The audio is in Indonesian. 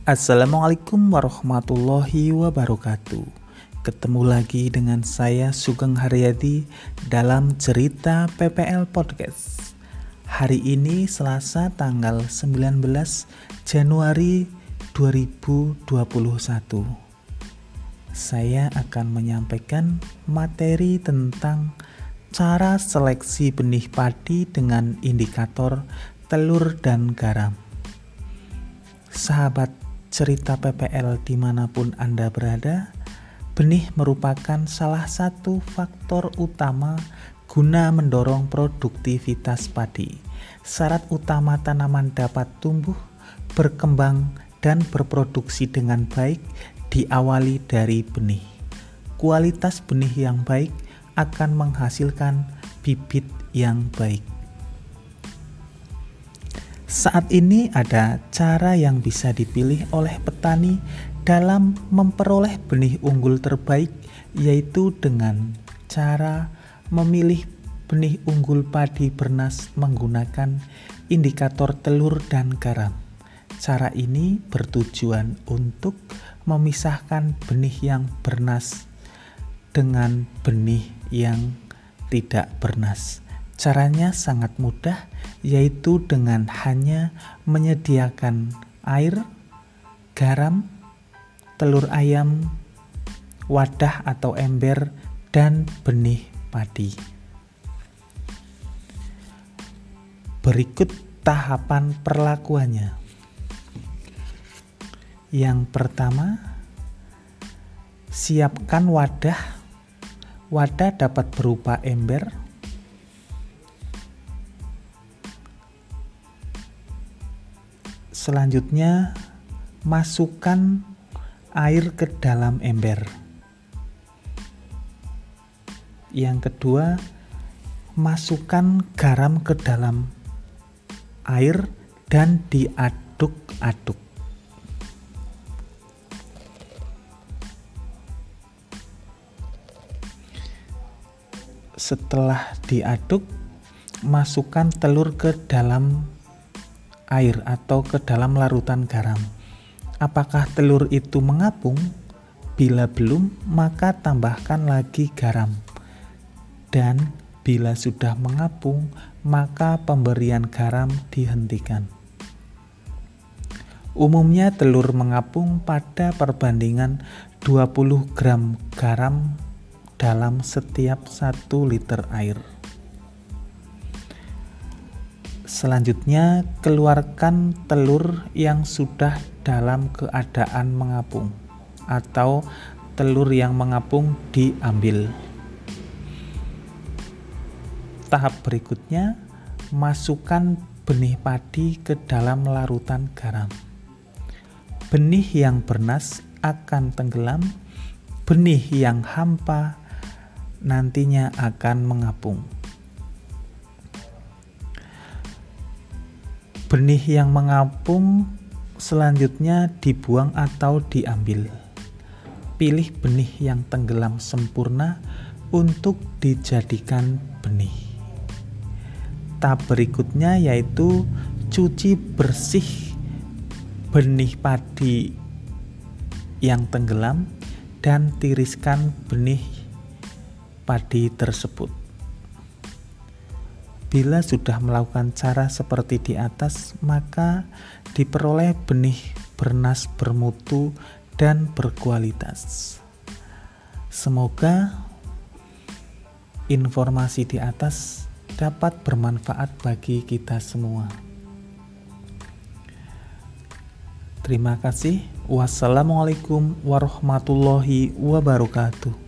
Assalamualaikum warahmatullahi wabarakatuh. Ketemu lagi dengan saya Sugeng Haryadi dalam cerita PPL Podcast. Hari ini Selasa tanggal 19 Januari 2021. Saya akan menyampaikan materi tentang cara seleksi benih padi dengan indikator telur dan garam. Sahabat cerita PPL dimanapun Anda berada, benih merupakan salah satu faktor utama guna mendorong produktivitas padi. Syarat utama tanaman dapat tumbuh, berkembang, dan berproduksi dengan baik diawali dari benih. Kualitas benih yang baik akan menghasilkan bibit yang baik. Saat ini ada cara yang bisa dipilih oleh petani dalam memperoleh benih unggul terbaik, yaitu dengan cara memilih benih unggul padi bernas menggunakan indikator telur dan garam. Cara ini bertujuan untuk memisahkan benih yang bernas dengan benih yang tidak bernas. Caranya sangat mudah, yaitu dengan hanya menyediakan air, garam, telur ayam, wadah atau ember, dan benih padi. Berikut tahapan perlakuannya. Yang pertama, siapkan wadah. Wadah dapat berupa ember, selanjutnya, masukkan air ke dalam ember. Yang kedua, masukkan garam ke dalam air dan diaduk-aduk. Setelah diaduk, masukkan telur ke dalam air atau ke dalam larutan garam. Apakah telur itu mengapung? Bila belum, maka tambahkan lagi garam. Dan bila sudah mengapung, maka pemberian garam dihentikan. Umumnya telur mengapung pada perbandingan 20 gram garam dalam setiap 1 liter air. Selanjutnya, keluarkan telur yang sudah dalam keadaan mengapung atau telur yang mengapung diambil. Tahap berikutnya, masukkan benih padi ke dalam larutan garam. Benih yang bernas akan tenggelam, benih yang hampa nantinya akan mengapung. Benih yang mengapung selanjutnya dibuang atau diambil. Pilih benih yang tenggelam sempurna untuk dijadikan benih. Tahap berikutnya yaitu cuci bersih benih padi yang tenggelam dan tiriskan benih padi tersebut. Bila sudah melakukan cara seperti di atas, maka diperoleh benih bernas bermutu dan berkualitas. Semoga informasi di atas dapat bermanfaat bagi kita semua. Terima kasih. Wassalamualaikum warahmatullahi wabarakatuh.